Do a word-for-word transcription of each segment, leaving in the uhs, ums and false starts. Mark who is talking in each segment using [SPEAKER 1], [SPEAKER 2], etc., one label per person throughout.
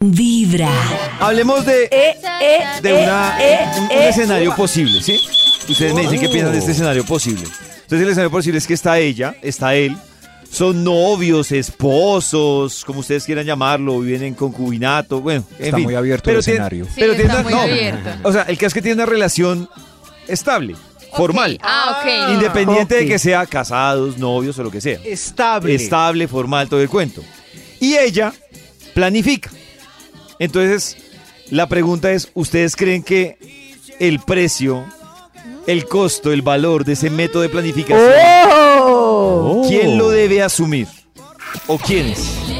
[SPEAKER 1] Vibra.
[SPEAKER 2] Hablemos de,
[SPEAKER 3] Eh, eh,
[SPEAKER 2] de una,
[SPEAKER 3] eh,
[SPEAKER 2] un, un
[SPEAKER 3] eh,
[SPEAKER 2] escenario posible, ¿sí? Ustedes me dicen qué piensan de este escenario posible. Entonces el escenario posible es que está ella, está él, son novios, esposos, como ustedes quieran llamarlo, viven en concubinato, bueno, en
[SPEAKER 4] Está
[SPEAKER 2] fin.
[SPEAKER 4] muy abierto
[SPEAKER 2] Pero
[SPEAKER 4] el
[SPEAKER 2] tiene-
[SPEAKER 4] escenario.
[SPEAKER 5] Sí,
[SPEAKER 2] pero
[SPEAKER 5] está
[SPEAKER 2] tiene-
[SPEAKER 5] muy
[SPEAKER 2] no,
[SPEAKER 5] abierto.
[SPEAKER 2] O sea, el caso es que tiene una relación estable, formal,
[SPEAKER 5] Ah, ok.
[SPEAKER 2] independiente
[SPEAKER 3] ok.
[SPEAKER 2] de que sea casados, novios o lo que sea.
[SPEAKER 4] Estable.
[SPEAKER 2] Estable, formal, todo el cuento. Y ella planifica. Entonces, la pregunta es, ¿ustedes creen que el precio, el costo, el valor de ese método de planificación,
[SPEAKER 3] ¡Oh!
[SPEAKER 2] quién lo debe asumir? ¿O quiénes?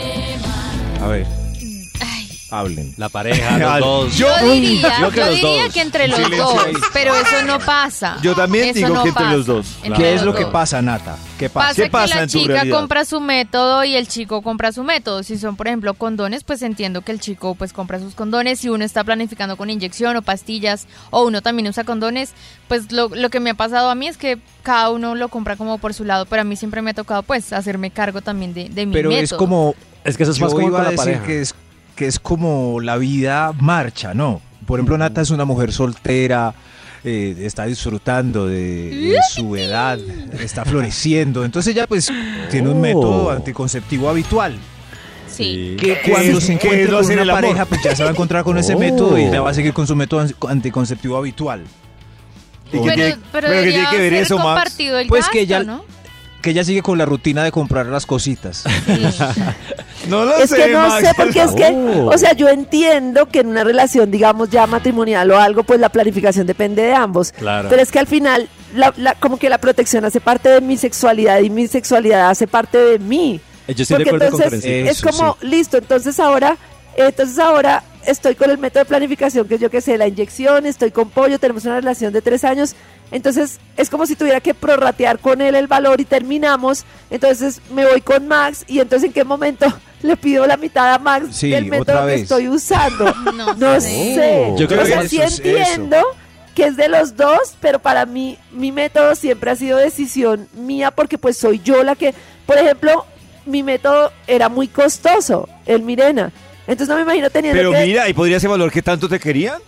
[SPEAKER 4] A ver. Hablen.
[SPEAKER 6] La pareja, los dos.
[SPEAKER 2] Yo,
[SPEAKER 5] Yo diría,
[SPEAKER 6] Yo que
[SPEAKER 5] yo
[SPEAKER 6] los
[SPEAKER 5] diría
[SPEAKER 6] dos.
[SPEAKER 5] que entre los
[SPEAKER 4] Silencio
[SPEAKER 5] dos,
[SPEAKER 4] ahí.
[SPEAKER 5] pero eso no pasa.
[SPEAKER 2] Yo también
[SPEAKER 5] Eso
[SPEAKER 2] digo
[SPEAKER 5] no
[SPEAKER 2] que entre
[SPEAKER 5] pasa.
[SPEAKER 2] los dos.
[SPEAKER 5] Entre
[SPEAKER 4] ¿Qué
[SPEAKER 5] los
[SPEAKER 4] es lo que
[SPEAKER 5] dos.
[SPEAKER 4] pasa, Nata? ¿Qué pasa?
[SPEAKER 5] Pasa
[SPEAKER 2] ¿Qué pasa
[SPEAKER 5] que la
[SPEAKER 2] en tu
[SPEAKER 5] chica
[SPEAKER 2] realidad?
[SPEAKER 5] compra su método y el chico compra su método. Si son, por ejemplo, condones, pues entiendo que el chico pues compra sus condones. Si uno está planificando con inyección o pastillas, o uno también usa condones, pues lo, lo que me ha pasado a mí es que cada uno lo compra como por su lado, pero a mí siempre me ha tocado pues hacerme cargo también de, de mi
[SPEAKER 4] Pero
[SPEAKER 5] método.
[SPEAKER 4] es como...
[SPEAKER 6] Es que eso es más
[SPEAKER 4] Yo
[SPEAKER 6] como
[SPEAKER 4] iba
[SPEAKER 6] con
[SPEAKER 4] a
[SPEAKER 6] la
[SPEAKER 4] decir
[SPEAKER 6] pareja.
[SPEAKER 4] que es, que es como la vida marcha, ¿no? Por ejemplo, Nata es una mujer soltera, eh, está disfrutando de, de su edad, está floreciendo. Entonces ella pues tiene un
[SPEAKER 6] Oh.
[SPEAKER 4] método anticonceptivo habitual.
[SPEAKER 5] Sí.
[SPEAKER 4] Que
[SPEAKER 2] ¿Qué
[SPEAKER 4] cuando
[SPEAKER 2] es-
[SPEAKER 4] se
[SPEAKER 2] qué
[SPEAKER 4] encuentre
[SPEAKER 2] es no
[SPEAKER 4] con
[SPEAKER 2] hacer
[SPEAKER 4] una
[SPEAKER 2] el amor?
[SPEAKER 4] pareja, pues ya se va a encontrar con ese
[SPEAKER 6] Oh.
[SPEAKER 4] método y ella va a seguir con su método an- anticonceptivo habitual.
[SPEAKER 2] ¿Y qué
[SPEAKER 5] Pero,
[SPEAKER 2] tiene-
[SPEAKER 5] pero
[SPEAKER 2] pero qué
[SPEAKER 5] debería
[SPEAKER 2] tiene que ver
[SPEAKER 5] ser
[SPEAKER 2] eso, Max?
[SPEAKER 5] compartido el
[SPEAKER 4] Pues
[SPEAKER 5] gasto,
[SPEAKER 4] que ella-
[SPEAKER 5] ¿no?
[SPEAKER 4] Que ella sigue con la rutina de comprar las cositas.
[SPEAKER 2] No lo
[SPEAKER 3] Es
[SPEAKER 2] sé,
[SPEAKER 3] que no
[SPEAKER 2] Max.
[SPEAKER 3] sé, porque es que,
[SPEAKER 6] Oh.
[SPEAKER 3] o sea, yo entiendo que en una relación, digamos, ya matrimonial o algo, pues la planificación depende de ambos.
[SPEAKER 6] Claro.
[SPEAKER 3] Pero es que al final, la- la- como que la protección hace parte de mi sexualidad y mi sexualidad hace parte de mí.
[SPEAKER 6] Eh, Yo estoy de
[SPEAKER 3] Porque
[SPEAKER 6] acuerdo con
[SPEAKER 3] entonces
[SPEAKER 6] Karencita.
[SPEAKER 3] es
[SPEAKER 4] Eso,
[SPEAKER 3] como, listo, entonces ahora, entonces ahora estoy con el método de planificación, que es yo que sé, la inyección, estoy con pollo, tenemos una relación de tres años, entonces es como si tuviera que prorratear con él el valor y terminamos, entonces me voy con Max y entonces en qué momento le pido la mitad a Max
[SPEAKER 4] Sí,
[SPEAKER 3] del
[SPEAKER 4] otra
[SPEAKER 3] método que
[SPEAKER 4] vez.
[SPEAKER 3] estoy usando.
[SPEAKER 5] No,
[SPEAKER 3] No
[SPEAKER 5] sé.
[SPEAKER 3] sé.
[SPEAKER 6] Yo creo
[SPEAKER 3] o sea,
[SPEAKER 6] que
[SPEAKER 3] sí
[SPEAKER 4] eso es
[SPEAKER 3] entiendo que es de los dos, pero para mí mi método siempre ha sido decisión mía porque pues soy yo la que, por ejemplo, mi método era muy costoso, el Mirena. Entonces no me imagino teniendo
[SPEAKER 2] Pero
[SPEAKER 3] que...
[SPEAKER 2] mira, ¿y podrías evaluar qué tanto te querían?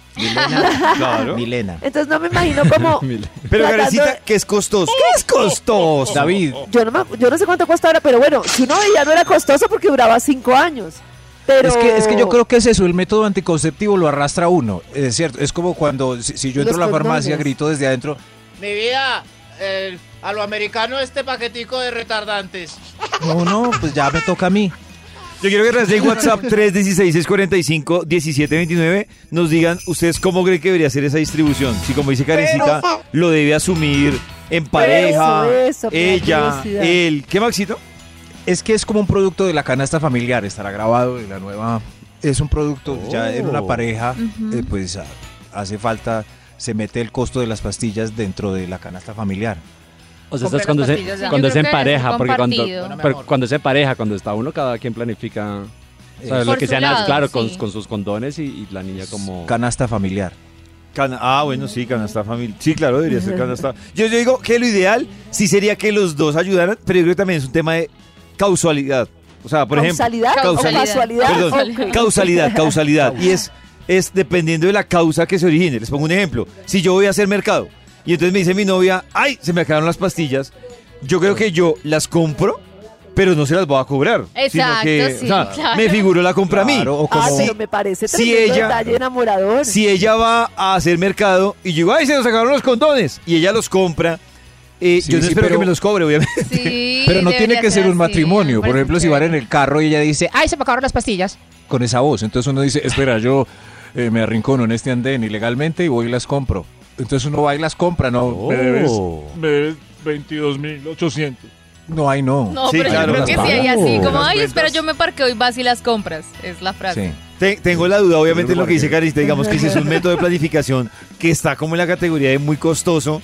[SPEAKER 4] Milena.
[SPEAKER 2] Claro.
[SPEAKER 4] Milena.
[SPEAKER 3] Entonces no me imagino como...
[SPEAKER 2] Pero
[SPEAKER 3] tratando
[SPEAKER 2] Karencita,
[SPEAKER 3] de-
[SPEAKER 2] ¿qué es costoso? ¿Qué es costoso?
[SPEAKER 4] David,
[SPEAKER 3] Yo no, me- yo no sé cuánto cuesta ahora, pero bueno, si uno veía no era costoso porque duraba cinco años. Pero...
[SPEAKER 4] es que, es que yo creo que es eso, el método anticonceptivo lo arrastra uno. Es cierto, es como cuando si, si yo entro
[SPEAKER 3] Los
[SPEAKER 4] a la farmacia,
[SPEAKER 3] condones.
[SPEAKER 4] grito desde adentro,
[SPEAKER 7] Mi vida, el- a lo americano este paquetico de retardantes.
[SPEAKER 4] no, no, pues ya me toca a mí.
[SPEAKER 2] Yo quiero que a través de WhatsApp tres uno seis, seis cuatro cinco, uno siete dos nueve nos digan ustedes cómo creen que debería ser esa distribución. Si como dice Karencita, lo debe asumir en pareja,
[SPEAKER 3] Eso, eso, me da
[SPEAKER 2] ella,
[SPEAKER 3] curiosidad.
[SPEAKER 2] él. ¿Qué, Maxito?
[SPEAKER 4] Es que es como un producto de la canasta familiar, estará grabado en la nueva. Es un producto, ya en una pareja,
[SPEAKER 5] Ujú.
[SPEAKER 4] eh, pues a- hace falta, se mete el costo de las pastillas dentro de la canasta familiar.
[SPEAKER 6] O sea,
[SPEAKER 7] Compré
[SPEAKER 6] estás cuando,
[SPEAKER 7] las
[SPEAKER 6] se,
[SPEAKER 7] pastillas ya.
[SPEAKER 6] cuando
[SPEAKER 5] Yo
[SPEAKER 6] es
[SPEAKER 5] creo
[SPEAKER 6] en
[SPEAKER 5] que debe ser
[SPEAKER 6] pareja, porque cuando,
[SPEAKER 5] compartido.
[SPEAKER 7] Bueno,
[SPEAKER 6] pero
[SPEAKER 7] mejor.
[SPEAKER 6] cuando es en pareja, cuando está uno, cada quien planifica. O sea,
[SPEAKER 4] Por
[SPEAKER 6] lo que
[SPEAKER 5] su
[SPEAKER 6] sean,
[SPEAKER 5] lado,
[SPEAKER 6] claro, con,
[SPEAKER 5] sí.
[SPEAKER 6] con sus condones y, y la niña como.
[SPEAKER 4] Canasta familiar.
[SPEAKER 2] Cana- ah, bueno, sí, canasta familiar. Sí, claro, debería ser canasta. Yo, yo digo que lo ideal sí sería que los dos ayudaran, pero yo creo que también es un tema de causalidad. O sea, por ejemplo,
[SPEAKER 3] ¿Causalidad?
[SPEAKER 5] Causalidad.
[SPEAKER 3] ¿O casualidad?
[SPEAKER 2] Perdón,
[SPEAKER 3] Ok.
[SPEAKER 2] causalidad, causalidad. Y es, es dependiendo de la causa que se origine. Les pongo un ejemplo. Si yo voy a hacer mercado y entonces me dice mi novia, ay, se me acabaron las pastillas, yo creo que yo las compro, pero no se las voy a cobrar. sino
[SPEAKER 5] Exacto,
[SPEAKER 2] que,
[SPEAKER 5] sí,
[SPEAKER 2] o sea,
[SPEAKER 5] claro.
[SPEAKER 2] me figuro la compra a mí.
[SPEAKER 4] Claro, o como-
[SPEAKER 3] Ah,
[SPEAKER 2] Si-
[SPEAKER 3] pero me parece
[SPEAKER 2] si
[SPEAKER 3] tremendo
[SPEAKER 2] ella-
[SPEAKER 3] detalle enamorador.
[SPEAKER 2] Si ella va a hacer mercado y yo digo, ay, se nos acabaron los condones, y ella los compra, eh,
[SPEAKER 4] Sí,
[SPEAKER 2] yo no
[SPEAKER 4] sí,
[SPEAKER 2] espero
[SPEAKER 4] pero-
[SPEAKER 2] que me los cobre, obviamente.
[SPEAKER 5] Sí,
[SPEAKER 4] Pero no tiene
[SPEAKER 5] debería
[SPEAKER 4] que ser un
[SPEAKER 5] así,
[SPEAKER 4] matrimonio.
[SPEAKER 5] me
[SPEAKER 4] Por
[SPEAKER 5] parece
[SPEAKER 4] ejemplo, si van en
[SPEAKER 5] chévere.
[SPEAKER 4] el carro y ella dice, ay, se me acabaron las pastillas. Con esa voz. Entonces uno dice, espera, yo eh, me arrincono en este andén ilegalmente y voy y las compro. Entonces uno va y las compra, ¿no?
[SPEAKER 6] Oh.
[SPEAKER 4] Me debes, me debes veintidós mil ochocientos. No, ay, no.
[SPEAKER 5] No,
[SPEAKER 2] Sí,
[SPEAKER 5] pero
[SPEAKER 2] claro,
[SPEAKER 5] yo creo
[SPEAKER 2] las
[SPEAKER 5] que sí
[SPEAKER 6] pago.
[SPEAKER 5] hay así, como,
[SPEAKER 2] Las
[SPEAKER 5] ay,
[SPEAKER 2] cuentas.
[SPEAKER 5] espera, yo me parqueo y vas y las compras. Es la frase.
[SPEAKER 4] Sí.
[SPEAKER 2] Te- tengo la duda, obviamente, en lo que dice
[SPEAKER 4] Porque-
[SPEAKER 2] Carita, digamos que si es un método de planificación que está como en la categoría de muy costoso,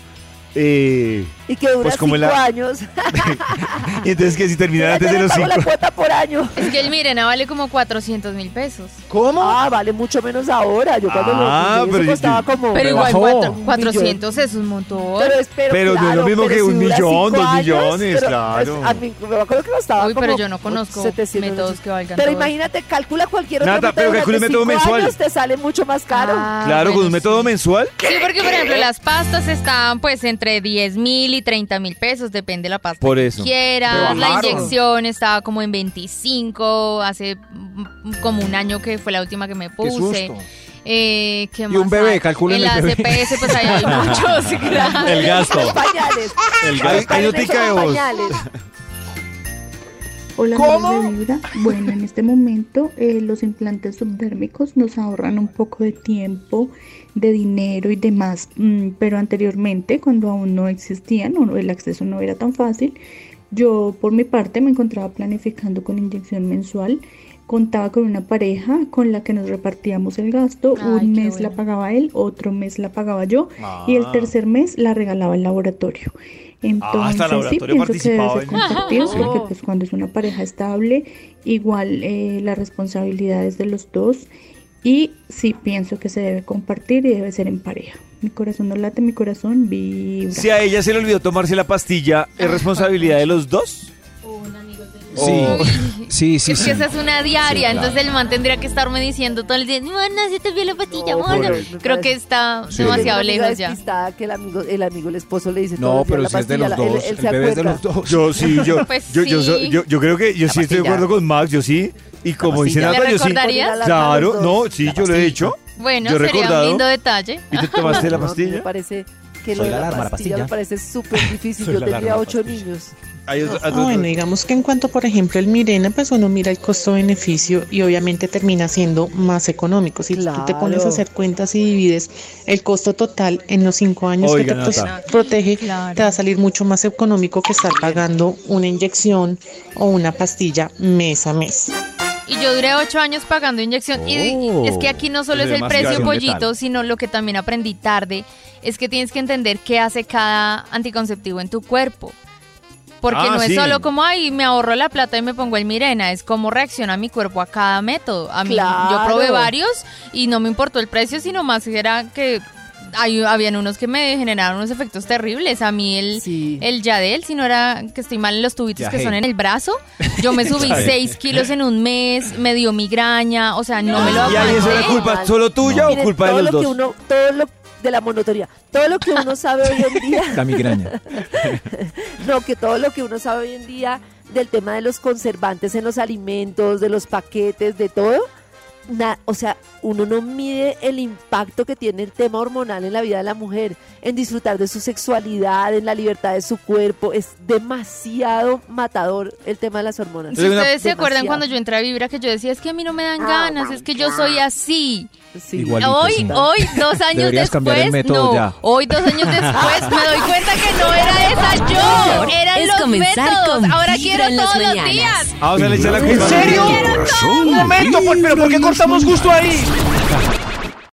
[SPEAKER 2] Eh,
[SPEAKER 3] Y que dura
[SPEAKER 2] Pues como
[SPEAKER 3] cinco
[SPEAKER 2] la-
[SPEAKER 3] años.
[SPEAKER 2] y entonces que si terminan
[SPEAKER 3] Yo
[SPEAKER 2] antes de
[SPEAKER 3] le
[SPEAKER 2] los
[SPEAKER 3] pago
[SPEAKER 2] cinco.
[SPEAKER 3] la cuota por año.
[SPEAKER 5] Es que el Mirena vale como cuatrocientos mil pesos.
[SPEAKER 4] ¿Cómo?
[SPEAKER 3] Ah, vale mucho menos ahora. Yo cuando
[SPEAKER 2] Ah,
[SPEAKER 3] lo vi,
[SPEAKER 2] pero
[SPEAKER 3] eso
[SPEAKER 2] yo-
[SPEAKER 3] costaba como...
[SPEAKER 5] Pero igual
[SPEAKER 4] Rebajó.
[SPEAKER 5] cuatro-
[SPEAKER 3] Un
[SPEAKER 5] cuatrocientos es un montón.
[SPEAKER 3] Pero, es- pero,
[SPEAKER 2] Pero no es lo
[SPEAKER 3] claro,
[SPEAKER 2] mismo
[SPEAKER 3] pero
[SPEAKER 2] que
[SPEAKER 3] si
[SPEAKER 2] un
[SPEAKER 3] dura
[SPEAKER 2] millón,
[SPEAKER 3] cinco
[SPEAKER 2] dos
[SPEAKER 3] años,
[SPEAKER 2] millones,
[SPEAKER 3] pero
[SPEAKER 2] claro.
[SPEAKER 3] es- a mí me acuerdo que costaba
[SPEAKER 5] Uy, pero
[SPEAKER 3] como
[SPEAKER 5] yo no conozco
[SPEAKER 3] setecientos,
[SPEAKER 5] métodos que valgan
[SPEAKER 3] Pero
[SPEAKER 5] todo.
[SPEAKER 3] imagínate, calcula cualquier otro
[SPEAKER 2] Nata,
[SPEAKER 3] método
[SPEAKER 2] pero calcule
[SPEAKER 3] durante
[SPEAKER 2] método
[SPEAKER 3] cinco
[SPEAKER 2] mensual.
[SPEAKER 3] años, te sale mucho más caro.
[SPEAKER 5] Ah,
[SPEAKER 2] Claro, con
[SPEAKER 5] bueno,
[SPEAKER 2] un método
[SPEAKER 5] sí.
[SPEAKER 2] mensual.
[SPEAKER 5] Sí, porque por ejemplo las pastas están pues entre diez mil y treinta mil pesos, depende de la pasta
[SPEAKER 2] Por
[SPEAKER 5] que
[SPEAKER 2] eso.
[SPEAKER 5] quieras. La
[SPEAKER 4] Rebajaron.
[SPEAKER 5] inyección estaba como en veinticinco, hace mm, como un año que fue la última que me
[SPEAKER 4] Qué
[SPEAKER 5] puse.
[SPEAKER 4] susto.
[SPEAKER 5] Eh, ¿qué
[SPEAKER 4] Y
[SPEAKER 5] más
[SPEAKER 4] un bebé,
[SPEAKER 5] hay?
[SPEAKER 4] calculen
[SPEAKER 5] En
[SPEAKER 4] el
[SPEAKER 5] la
[SPEAKER 4] bebé.
[SPEAKER 5] C P S pues ahí hay muchos, claro.
[SPEAKER 2] El gasto.
[SPEAKER 3] Los pañales.
[SPEAKER 2] El
[SPEAKER 3] Los
[SPEAKER 2] Hay, hay
[SPEAKER 3] pañales
[SPEAKER 2] notica
[SPEAKER 3] son
[SPEAKER 2] de voz.
[SPEAKER 3] pañales.
[SPEAKER 1] Hola,
[SPEAKER 4] ¿Cómo?
[SPEAKER 1] amigos de Vibra. Bueno, en este momento eh, los implantes subdérmicos nos ahorran un poco de tiempo, de dinero y demás, mm, pero anteriormente, cuando aún no existían o el acceso no era tan fácil, yo por mi parte me encontraba planificando con inyección mensual. Contaba con una pareja con la que nos repartíamos el gasto.
[SPEAKER 5] Ay,
[SPEAKER 1] un
[SPEAKER 5] qué
[SPEAKER 1] mes la
[SPEAKER 5] bueno.
[SPEAKER 1] pagaba él, otro mes la pagaba yo y el tercer mes la regalaba el laboratorio. Entonces
[SPEAKER 2] hasta el
[SPEAKER 1] sí
[SPEAKER 2] laboratorio
[SPEAKER 1] pienso que debe
[SPEAKER 2] participaba
[SPEAKER 1] ser
[SPEAKER 2] en-
[SPEAKER 1] compartido porque pues cuando es una pareja estable igual eh, la responsabilidad es de los dos y sí pienso que se debe compartir y debe ser en pareja. Mi corazón no late, mi corazón vibra.
[SPEAKER 2] Si a ella se le olvidó tomarse la pastilla, ¿es responsabilidad de los dos?
[SPEAKER 4] Sí, sí, sí,
[SPEAKER 5] Es
[SPEAKER 4] sí.
[SPEAKER 5] que esa es una diaria,
[SPEAKER 4] Sí, claro.
[SPEAKER 5] entonces el man tendría que estarme diciendo todo el día, mona, se te vio la patilla,
[SPEAKER 3] No,
[SPEAKER 5] mona.
[SPEAKER 3] pero me
[SPEAKER 5] Creo
[SPEAKER 3] parece-
[SPEAKER 5] que está
[SPEAKER 4] Sí.
[SPEAKER 5] demasiado
[SPEAKER 3] Tengo una amiga
[SPEAKER 5] lejos ya.
[SPEAKER 3] despistada que el amigo, el amigo, el esposo le dice
[SPEAKER 4] No,
[SPEAKER 3] todos los días
[SPEAKER 4] pero
[SPEAKER 3] la
[SPEAKER 4] si es de los
[SPEAKER 3] pastilla,
[SPEAKER 4] dos,
[SPEAKER 3] él, él
[SPEAKER 4] el
[SPEAKER 3] se
[SPEAKER 4] bebé es de
[SPEAKER 3] acuerda.
[SPEAKER 4] los dos.
[SPEAKER 2] Yo sí, yo,
[SPEAKER 5] Pues
[SPEAKER 2] yo, yo,
[SPEAKER 5] sí.
[SPEAKER 2] yo, yo creo que yo
[SPEAKER 3] La
[SPEAKER 2] sí estoy de
[SPEAKER 3] pastilla.
[SPEAKER 2] acuerdo con Max, yo sí. Y como dice
[SPEAKER 3] pastilla.
[SPEAKER 2] Nata,
[SPEAKER 5] ¿Le
[SPEAKER 2] yo sí.
[SPEAKER 5] recordarías?
[SPEAKER 3] Poner alarma a
[SPEAKER 2] Claro,
[SPEAKER 3] los
[SPEAKER 2] no,
[SPEAKER 3] dos.
[SPEAKER 2] sí,
[SPEAKER 4] La
[SPEAKER 2] yo lo he
[SPEAKER 4] pastilla.
[SPEAKER 2] hecho.
[SPEAKER 5] Bueno,
[SPEAKER 2] Yo he
[SPEAKER 5] sería un
[SPEAKER 2] recordado.
[SPEAKER 5] lindo detalle.
[SPEAKER 2] ¿Y te tomaste la
[SPEAKER 3] No,
[SPEAKER 2] pastilla?
[SPEAKER 3] Me parece que lo
[SPEAKER 4] Soy
[SPEAKER 3] de
[SPEAKER 4] la
[SPEAKER 3] la
[SPEAKER 4] alarma, la
[SPEAKER 3] pastilla
[SPEAKER 4] pastilla.
[SPEAKER 3] me parece súper difícil.
[SPEAKER 4] Soy
[SPEAKER 3] Yo
[SPEAKER 4] la
[SPEAKER 3] tendría
[SPEAKER 4] alarma, la
[SPEAKER 3] ocho
[SPEAKER 4] pastilla.
[SPEAKER 3] niños.
[SPEAKER 2] Hay otro-
[SPEAKER 8] Ah,
[SPEAKER 2] otro-
[SPEAKER 8] bueno, digamos que en cuanto, por ejemplo, el Mirena, pues uno mira el costo-beneficio y obviamente termina siendo más económico. Si tú te pones a
[SPEAKER 3] Claro.
[SPEAKER 8] hacer cuentas y divides el costo total en los cinco años
[SPEAKER 2] Oiga,
[SPEAKER 8] que te pues,
[SPEAKER 2] Nata.
[SPEAKER 8] protege,
[SPEAKER 5] Claro.
[SPEAKER 8] te va a salir mucho más económico que estar pagando una inyección o una pastilla mes a mes.
[SPEAKER 5] Y yo duré ocho años pagando inyección. Y
[SPEAKER 2] Oh.
[SPEAKER 5] es que aquí no solo
[SPEAKER 2] Es
[SPEAKER 5] es el
[SPEAKER 2] demasiado.
[SPEAKER 5] precio
[SPEAKER 4] Letal.
[SPEAKER 5] pollito, sino lo que también aprendí tarde, es que tienes que entender qué hace cada anticonceptivo en tu cuerpo. Porque
[SPEAKER 2] Ah,
[SPEAKER 5] no
[SPEAKER 2] sí.
[SPEAKER 5] es solo como, ay, me ahorro la plata y me pongo el Mirena, es cómo reacciona mi cuerpo a cada método. A mí,
[SPEAKER 3] Claro.
[SPEAKER 5] yo probé varios y no me importó el precio, sino más era que hay, habían unos que me generaron unos efectos terribles. A mí el,
[SPEAKER 3] Sí.
[SPEAKER 5] el Yadel, si no era que estoy mal en los tubitos que
[SPEAKER 4] Yahel.
[SPEAKER 5] son en el brazo, yo me subí
[SPEAKER 2] Yahel.
[SPEAKER 5] seis kilos en un mes, me dio migraña, o sea, no me lo
[SPEAKER 2] ¿Y ahí eso era
[SPEAKER 5] aguanté.
[SPEAKER 2] culpa solo tuya o
[SPEAKER 3] Miren,
[SPEAKER 2] culpa de
[SPEAKER 3] todo
[SPEAKER 2] los
[SPEAKER 3] lo que
[SPEAKER 2] dos?
[SPEAKER 3] uno, todo lo de la monotonía, todo lo que uno sabe hoy en día,
[SPEAKER 4] La migraña.
[SPEAKER 3] no, que todo lo que uno sabe hoy en día del tema de los conservantes en los alimentos, de los paquetes, de todo, na- o sea, uno no mide el impacto que tiene el tema hormonal en la vida de la mujer, en disfrutar de su sexualidad, en la libertad de su cuerpo. Es demasiado matador el tema de las hormonas.
[SPEAKER 5] Si ustedes se
[SPEAKER 3] Demasiado.
[SPEAKER 5] acuerdan cuando yo entré a Vibra que yo decía, es que a mí no me dan
[SPEAKER 3] Oh
[SPEAKER 5] ganas,
[SPEAKER 3] my
[SPEAKER 5] es que yo soy así.
[SPEAKER 3] Sí.
[SPEAKER 4] Igualito,
[SPEAKER 5] Hoy,
[SPEAKER 4] sí.
[SPEAKER 5] hoy, dos años
[SPEAKER 4] Deberías cambiar el
[SPEAKER 5] después,
[SPEAKER 4] método
[SPEAKER 5] no.
[SPEAKER 4] ya.
[SPEAKER 5] Hoy, dos años después, me doy cuenta que no era esa yo, eran
[SPEAKER 9] Es
[SPEAKER 5] los
[SPEAKER 9] comenzar
[SPEAKER 5] métodos.
[SPEAKER 9] con
[SPEAKER 5] Ahora
[SPEAKER 9] Vibra
[SPEAKER 5] quiero
[SPEAKER 9] en las
[SPEAKER 5] todos los
[SPEAKER 9] mañanas.
[SPEAKER 5] días.
[SPEAKER 2] Ah, o sea, le echa la
[SPEAKER 4] ¿En
[SPEAKER 2] culpa.
[SPEAKER 4] serio?
[SPEAKER 5] Quiero todo.
[SPEAKER 4] Un momento, pues, pero ¿por qué cortamos justo ahí?